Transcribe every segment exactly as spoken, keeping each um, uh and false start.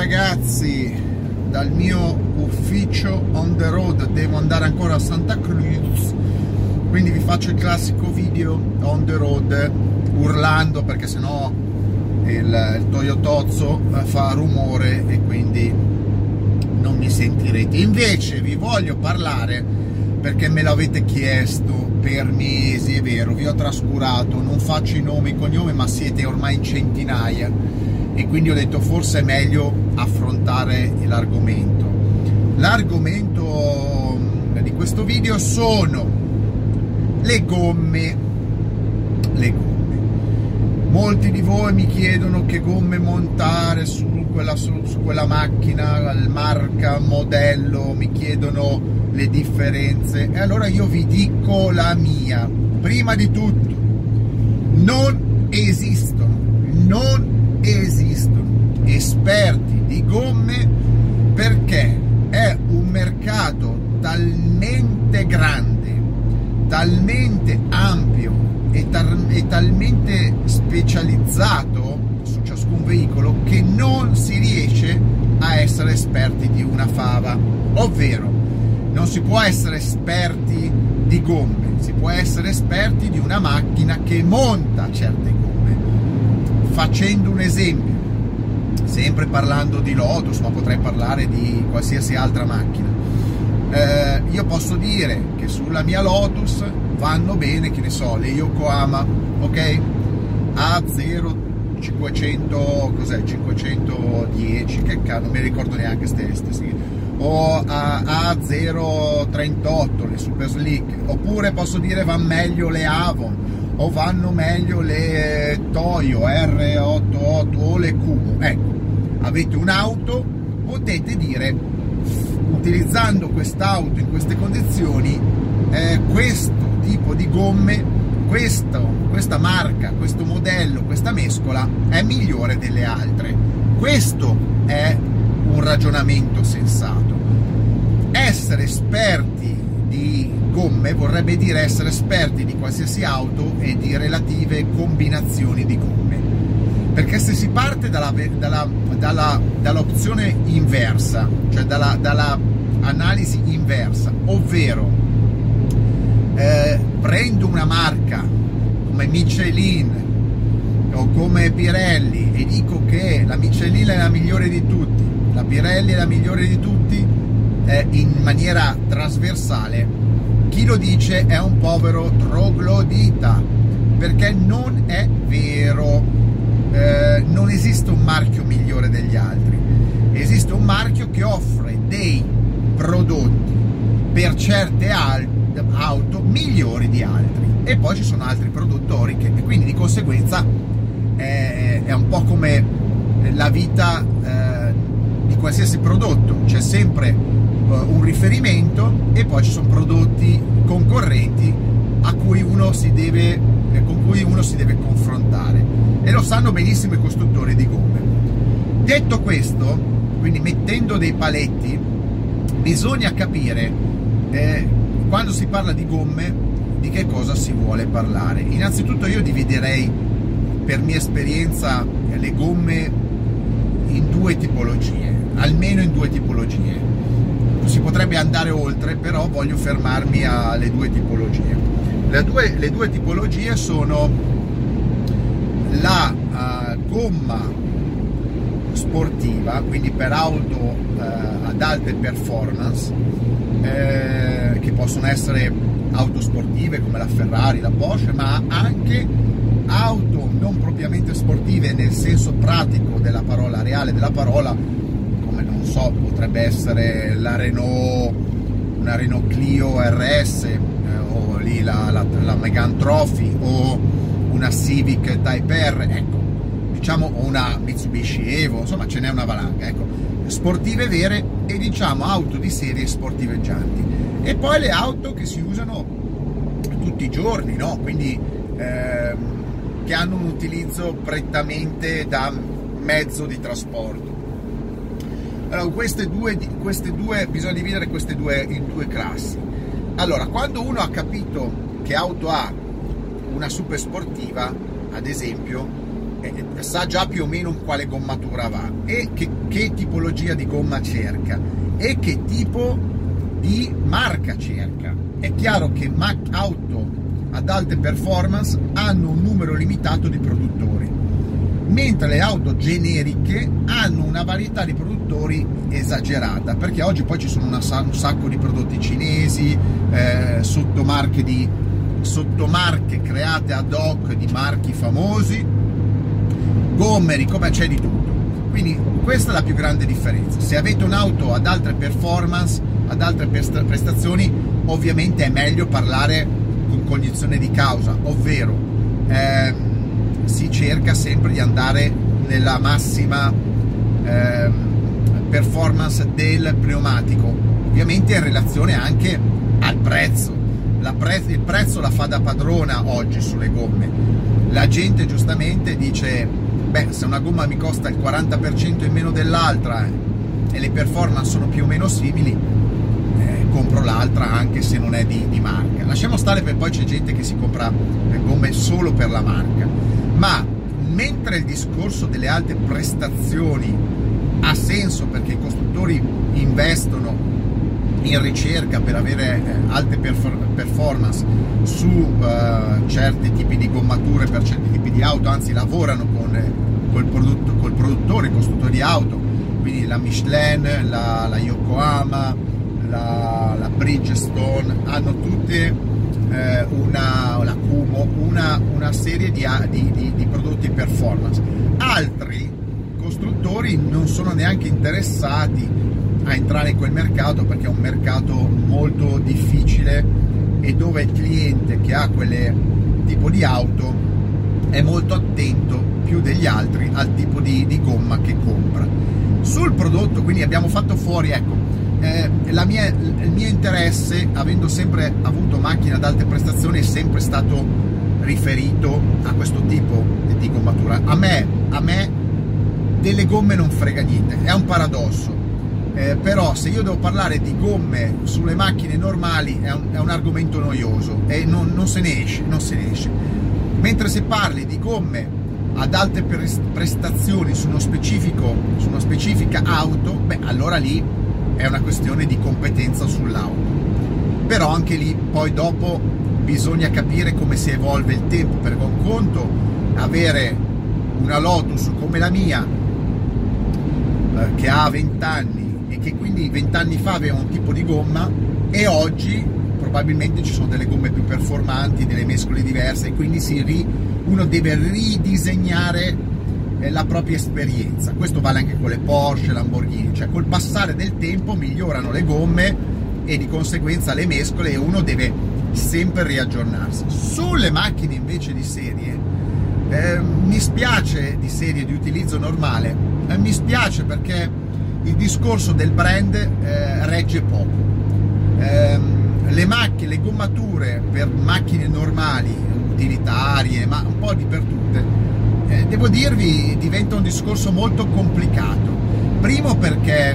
ragazzi dal mio ufficio on the road, devo andare ancora a Santa Cruz, quindi vi faccio il classico video on the road urlando, perché sennò il, il Toyotozzo fa rumore e quindi non mi sentirete. Invece vi voglio parlare, perché me l'avete chiesto per mesi, è vero, vi ho trascurato, non faccio i nomi e cognomi, ma siete ormai in centinaia e quindi ho detto forse è meglio affrontare l'argomento. L'argomento di questo video sono le gomme. Le gomme. Molti di voi mi chiedono che gomme montare su quella, su, su quella macchina, marca, modello, mi chiedono le differenze e allora io vi dico la mia. Prima di tutto, non esistono, non esistono esperti di gomme, perché è un mercato talmente grande, talmente ampio e, tar- e talmente specializzato su ciascun veicolo che non si riesce a essere esperti di una fava. Ovvero, non si può essere esperti di gomme, si può essere esperti di una macchina che monta certe gomme. Facendo un esempio, sempre parlando di Lotus, ma potrei parlare di qualsiasi altra macchina, eh, io posso dire che sulla mia Lotus vanno bene, che ne so, le Yokohama, ok? A zero cinquecento, cos'è? cinquecentodieci, che cazzo, non mi ricordo neanche stesse, sì. O a, a zero trentotto le Super Slick, oppure posso dire vanno meglio le Avon, o vanno meglio le Toyo R ottantotto o le Kumo. Ecco, avete un'auto, potete dire, utilizzando quest'auto in queste condizioni, eh, questo tipo di gomme, questo, questa marca, questo modello, questa mescola è migliore delle altre. Questo è un ragionamento sensato. Essere esperti di gomme vorrebbe dire essere esperti di qualsiasi auto e di relative combinazioni di gomme, perché se si parte dalla, dalla, dalla, dall'opzione inversa, cioè dalla, dalla analisi inversa, ovvero eh, prendo una marca come Michelin o come Pirelli e dico che la Michelin è la migliore di tutti, la Pirelli è la migliore di tutti, eh, in maniera trasversale, chi lo dice è un povero troglodita, perché non è vero. Eh, non esiste un marchio migliore degli altri, esiste un marchio che offre dei prodotti per certe auto migliori di altri, e poi ci sono altri produttori che, e quindi di conseguenza è, è un po' come la vita eh, di qualsiasi prodotto, c'è sempre uh, un riferimento e poi ci sono prodotti concorrenti a cui uno si deve, eh, con cui uno si deve confrontare, e lo sanno benissimo i costruttori di gomme. Detto questo, quindi mettendo dei paletti, bisogna capire eh, quando si parla di gomme di che cosa si vuole parlare. Innanzitutto io dividerei, per mia esperienza, le gomme in due tipologie, almeno in due tipologie. Si potrebbe andare oltre, però voglio fermarmi alle due tipologie. Le due, le due tipologie sono la uh, gomma sportiva, quindi per auto uh, ad alte performance, eh, che possono essere auto sportive come la Ferrari, la Porsche, ma anche auto non propriamente sportive nel senso pratico della parola, reale della parola, come non so, potrebbe essere la Renault, una Renault Clio R S, eh, o lì la, la, la Megane Trophy, o una Civic Type R, ecco, diciamo, o una Mitsubishi Evo, insomma ce n'è una valanga, ecco, sportive vere e diciamo auto di serie sportiveggianti. E poi le auto che si usano tutti i giorni, no? Quindi ehm, che hanno un utilizzo prettamente da mezzo di trasporto. Allora, queste due, queste due, bisogna dividere queste due in due classi. Allora, quando uno ha capito che auto ha una super sportiva, ad esempio, eh, sa già più o meno in quale gommatura va e che, che tipologia di gomma cerca e che tipo di marca cerca. È chiaro che auto ad alte performance hanno un numero limitato di produttori, mentre le auto generiche hanno una varietà di produttori esagerata, perché oggi poi ci sono una, un sacco di prodotti cinesi, eh, sottomarche, di, sottomarche create ad hoc di marchi famosi, gomme, come c'è di tutto. Quindi questa è la più grande differenza. Se avete un'auto ad altre performance, ad altre prestazioni, ovviamente è meglio parlare con cognizione di causa, ovvero eh, si cerca sempre di andare nella massima eh, performance del pneumatico, ovviamente in relazione anche al prezzo. La pre il prezzo la fa da padrona oggi sulle gomme. La gente giustamente dice: beh, se una gomma mi costa il quaranta per cento in meno dell'altra e le performance sono più o meno simili, eh, compro l'altra anche se non è di, di marca. Lasciamo stare, perché poi c'è gente che si compra le gomme solo per la marca. Ma mentre il discorso delle alte prestazioni ha senso, perché i costruttori investono in ricerca per avere eh, alte performance su uh, certi tipi di gommature per certi tipi di auto, anzi lavorano con eh, col, prodotto, col produttore, costruttore di auto, quindi la Michelin, la, la Yokohama, la, la Bridgestone, hanno tutte eh, una, la Kumo, una, una serie di, di, di, di prodotti performance. Altri costruttori non sono neanche interessati a entrare in quel mercato, perché è un mercato molto difficile e dove il cliente che ha quel tipo di auto è molto attento più degli altri al tipo di, di gomma che compra. Sul prodotto quindi abbiamo fatto fuori, ecco, eh, la mia, il mio interesse, avendo sempre avuto macchine ad alte prestazioni, è sempre stato riferito a questo tipo di gommatura. A me, a me delle gomme non frega niente, è un paradosso. Eh, però se io devo parlare di gomme sulle macchine normali è un, è un argomento noioso e non, non se ne esce, non se ne esce. Mentre se parli di gomme ad alte prestazioni su uno specifico, su una specifica auto, beh, allora lì è una questione di competenza sull'auto. Però anche lì poi dopo bisogna capire come si evolve il tempo, perché un conto avere una Lotus come la mia eh, che ha venti anni e che quindi vent'anni fa aveva un tipo di gomma, e oggi probabilmente ci sono delle gomme più performanti, delle mescole diverse, e quindi si ri, uno deve ridisegnare eh, la propria esperienza. Questo vale anche con le Porsche, Lamborghini, cioè col passare del tempo migliorano le gomme e di conseguenza le mescole, e uno deve sempre riaggiornarsi. Sulle macchine invece di serie eh, mi spiace, di serie di utilizzo normale, eh, mi spiace perché il discorso del brand eh, regge poco. Eh, le macchine, le gommature per macchine normali, utilitarie, ma un po' di per tutte, eh, devo dirvi, diventa un discorso molto complicato. Primo perché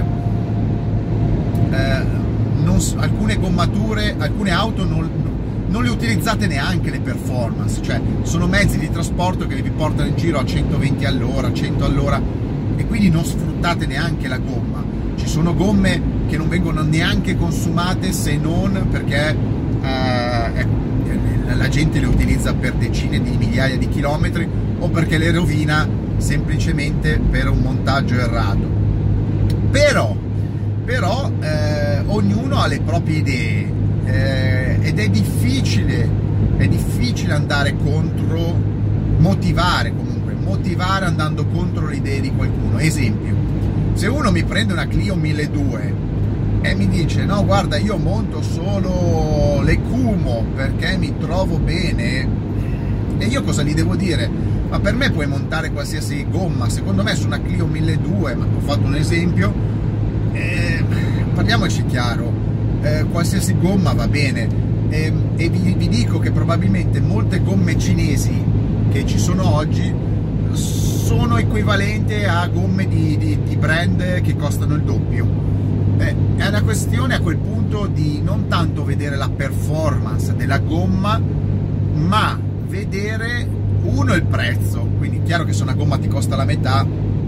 eh, non, alcune gommature, alcune auto non, non le utilizzate neanche le performance, cioè sono mezzi di trasporto che vi portano in giro a centoventi all'ora, cento all'ora, e quindi non sfruttate neanche la gomma. Ci sono gomme che non vengono neanche consumate, se non perché eh, la gente le utilizza per decine di migliaia di chilometri, o perché le rovina semplicemente per un montaggio errato. Però, però eh, ognuno ha le proprie idee eh, ed è difficile, è difficile andare contro, motivare comunque. motivare andando contro le idee di qualcuno. Esempio, se uno mi prende una Clio milleduecento e mi dice: no, guarda, io monto solo le Kumo perché mi trovo bene, e io cosa gli devo dire? Ma per me puoi montare qualsiasi gomma, secondo me su una Clio milleduecento, ma ho fatto un esempio, eh, parliamoci chiaro, eh, qualsiasi gomma va bene, eh, e vi, vi dico che probabilmente molte gomme cinesi che ci sono oggi sono equivalenti a gomme di, di, di brand che costano il doppio. Eh, è una questione a quel punto di non tanto vedere la performance della gomma, ma vedere uno il prezzo, quindi chiaro che se una gomma ti costa la metà,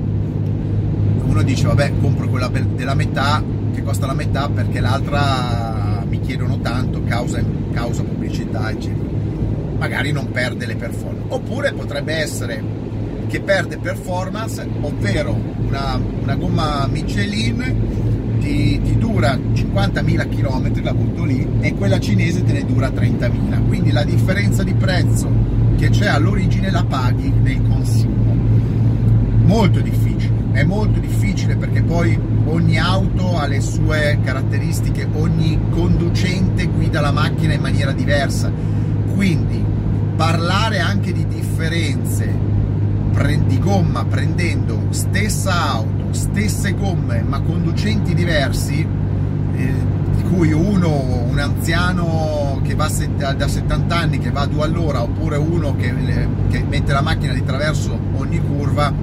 uno dice vabbè, compro quella della metà che costa la metà perché l'altra mi chiedono tanto, causa, causa pubblicità eccetera, magari non perde le performance. Oppure potrebbe essere che perde performance, ovvero una, una gomma Michelin ti, ti dura cinquantamila chilometri, la butto lì, e quella cinese te ne dura trentamila, quindi la differenza di prezzo che c'è all'origine la paghi nel consumo. Molto difficile, è molto difficile, perché poi ogni auto ha le sue caratteristiche, ogni conducente guida la macchina in maniera diversa, quindi parlare anche di differenze di gomma prendendo stessa auto, stesse gomme ma conducenti diversi, eh, di cui uno un anziano che va da settanta anni che va a due all'ora, oppure uno che, che mette la macchina di traverso ogni curva,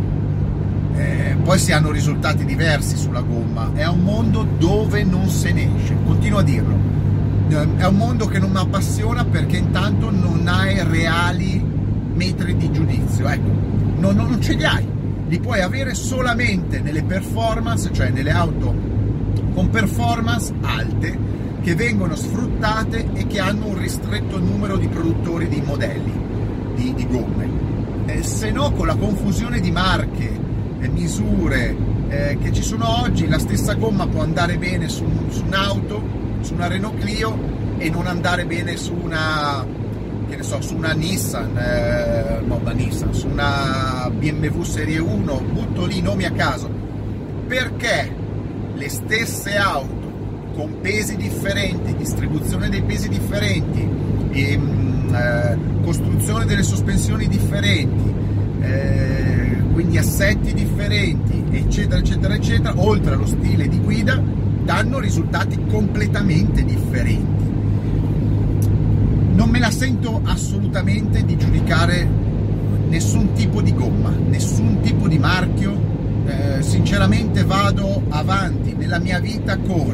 eh, poi si hanno risultati diversi sulla gomma. È un mondo dove non se ne esce, continuo a dirlo, è un mondo che non mi appassiona perché intanto non hai reali metri di giudizio, ecco, non, non ce li hai, li puoi avere solamente nelle performance, cioè nelle auto con performance alte che vengono sfruttate e che hanno un ristretto numero di produttori di modelli di, di gomme, eh, se no con la confusione di marche, eh, misure eh, che ci sono oggi, la stessa gomma può andare bene su, su un'auto, su una Renault Clio, e non andare bene su una, che ne so, su una Nissan, eh, no, da Nissan, su una B M W Serie uno, butto lì nomi a caso, perché le stesse auto con pesi differenti, distribuzione dei pesi differenti, e, mh, eh, costruzione delle sospensioni differenti, eh, quindi assetti differenti, eccetera eccetera eccetera, oltre allo stile di guida, danno risultati completamente differenti. Non me la sento assolutamente di giudicare nessun tipo di gomma, nessun tipo di marchio, eh, sinceramente vado avanti nella mia vita con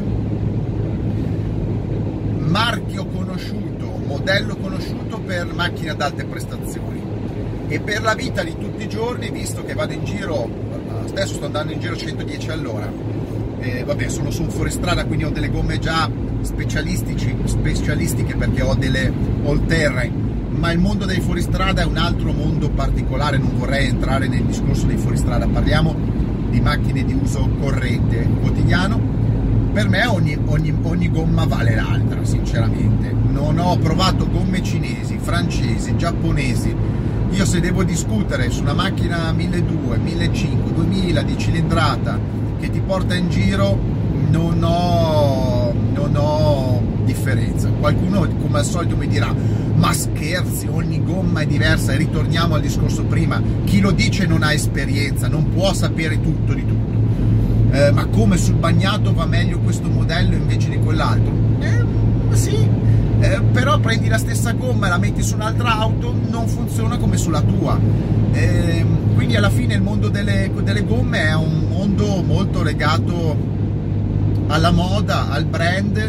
marchio conosciuto, modello conosciuto per macchine ad alte prestazioni, e per la vita di tutti i giorni, visto che vado in giro, adesso sto andando in giro centodieci all'ora, eh, vabbè, sono su un fuoristrada, quindi ho delle gomme già specialistici, specialistiche perché ho delle all terrain, ma il mondo dei fuoristrada è un altro mondo particolare, non vorrei entrare nel discorso dei fuoristrada, parliamo di macchine di uso corrente quotidiano. Per me ogni, ogni, ogni gomma vale l'altra, sinceramente. Non ho provato gomme cinesi, francesi, giapponesi. Io se devo discutere su una macchina milleduecento, millecinquecento, duemila di cilindrata che ti porta in giro, non ho, non ho differenza. Qualcuno come al solito mi dirà: ma scherzi, ogni gomma è diversa, e ritorniamo al discorso prima, chi lo dice non ha esperienza, non può sapere tutto di tutto. Eh, ma come sul bagnato va meglio questo modello invece di quell'altro? Eh, sì, eh, però prendi la stessa gomma e la metti su un'altra auto, non funziona come sulla tua. Eh, quindi alla fine il mondo delle, delle gomme è un mondo molto legato alla moda, al brand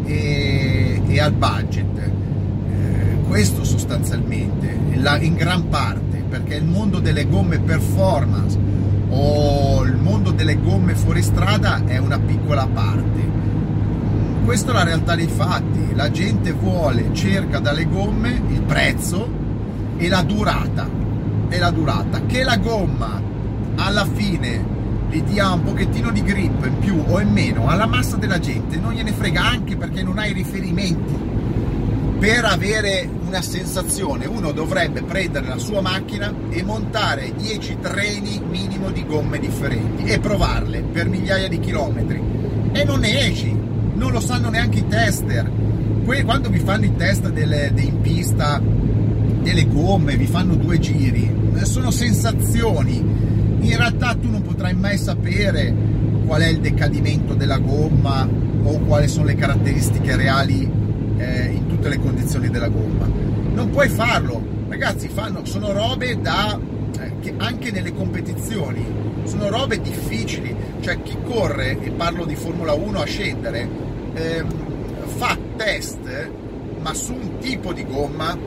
e, e al budget. Eh, questo sostanzialmente, la, in gran parte, perché il mondo delle gomme performance o il mondo delle gomme fuoristrada è una piccola parte. Questa è la realtà dei fatti. La gente vuole, cerca dalle gomme il prezzo e la durata, e la durata che la gomma alla fine gli dia un pochettino di grip in più o in meno alla massa della gente non gliene frega, anche perché non hai riferimenti. Per avere una sensazione uno dovrebbe prendere la sua macchina e montare dieci treni minimo di gomme differenti e provarle per migliaia di chilometri, e non ne esci, non lo sanno neanche i tester. Poi quando vi fanno i test delle, de in pista delle gomme, vi fanno due giri, sono sensazioni, in realtà tu non potrai mai sapere qual è il decadimento della gomma o quali sono le caratteristiche reali eh, in tutte le condizioni della gomma. Non puoi farlo, ragazzi, fanno, sono robe da eh, che anche nelle competizioni sono robe difficili, cioè chi corre, e parlo di Formula uno a scendere, eh, fa test ma su un tipo di gomma,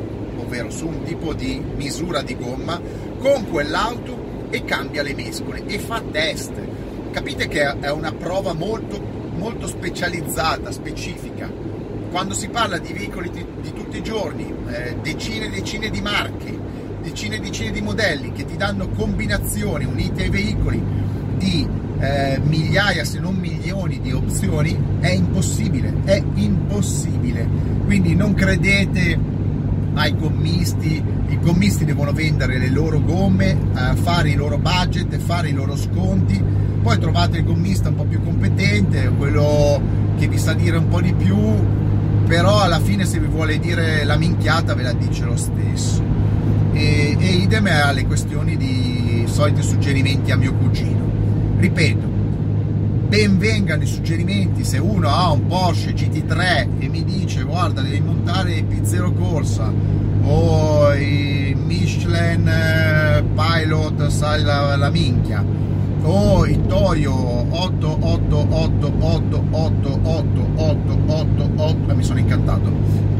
ovvero su un tipo di misura di gomma, con quell'auto e cambia le mescole e fa test. Capite che è una prova molto, molto specializzata, specifica. Quando si parla di veicoli di, di tutti i giorni, eh, decine e decine di marche, decine e decine di modelli che ti danno combinazioni unite ai veicoli di eh, migliaia se non milioni di opzioni, è impossibile, è impossibile. Quindi non credete ai gommisti, i gommisti devono vendere le loro gomme, eh, fare i loro budget, fare i loro sconti, poi trovate il gommista un po' più competente, quello che vi sa dire un po' di più, però alla fine se vi vuole dire la minchiata ve la dice lo stesso. E, e idem alle questioni di soliti suggerimenti a mio cugino. Ripeto, ben vengano i suggerimenti. Se uno ha un Porsche G T tre e mi dice guarda devi montare i P zero Corsa o i Michelin Pilot, sai la, la minchia, o i Toyo otto otto otto otto otto otto otto otto otto, mi sono incantato,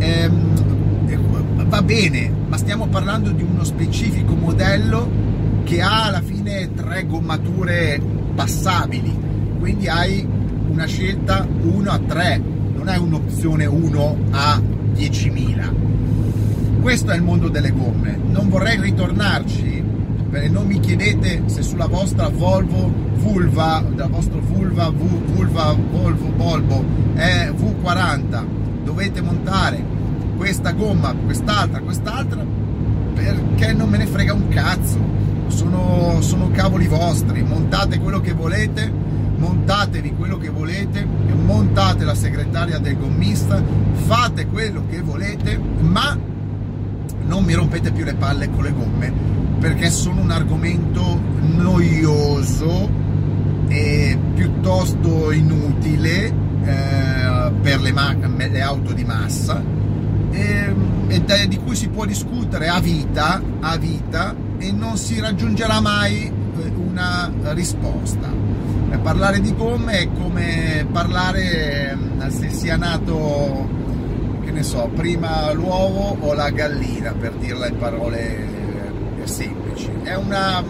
ehm, va bene, ma stiamo parlando di uno specifico modello che ha alla fine tre gommature passabili, quindi hai una scelta uno a tre, non hai un'opzione uno a diecimila. Questo è il mondo delle gomme. Non vorrei ritornarci, perché non mi chiedete se sulla vostra Volvo Vulva, della vostra Vulva v, Vulva Volvo Volvo è V quaranta, dovete montare questa gomma, quest'altra, quest'altra, perché non me ne frega un cazzo. Sono, sono cavoli vostri. Montate quello che volete, montatevi quello che volete, montate la segretaria del gommista, fate quello che volete, ma non mi rompete più le palle con le gomme, perché sono un argomento noioso e piuttosto inutile eh, per le, le auto di massa, e, e di cui si può discutere a vita, a vita e non si raggiungerà mai una risposta. E parlare di gomme è come parlare se sia nato, che ne so, prima l'uovo o la gallina, per dirla in parole semplici. È una,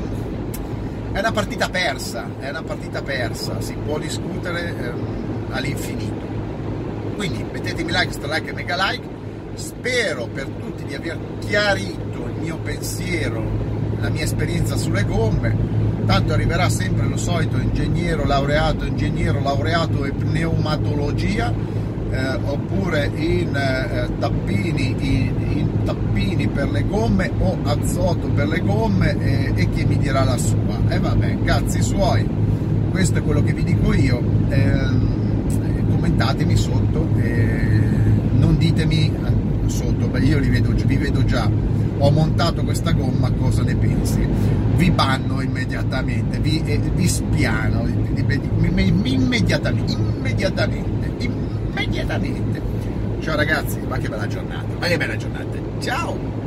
è una partita persa, è una partita persa, si può discutere ehm, all'infinito. Quindi mettetemi like, stra like e mega like. Spero per tutti di aver chiarito il mio pensiero, la mia esperienza sulle gomme. Tanto arriverà sempre lo solito ingegnere laureato, ingegnere laureato in pneumatologia, eh, oppure in eh, tappini in, in tappini per le gomme o azoto per le gomme, eh, e chi mi dirà la sua. E eh, vabbè, cazzi suoi, questo è quello che vi dico io. Eh, commentatemi sotto, eh, non ditemi sotto, beh, io li vedo, vi vedo già, ho montato questa gomma, cosa ne pensi? Vi banno immediatamente, vi, eh, vi spiano immediatamente, immediatamente, immediatamente. Ciao ragazzi, ma che bella giornata, ma che bella giornata, ciao!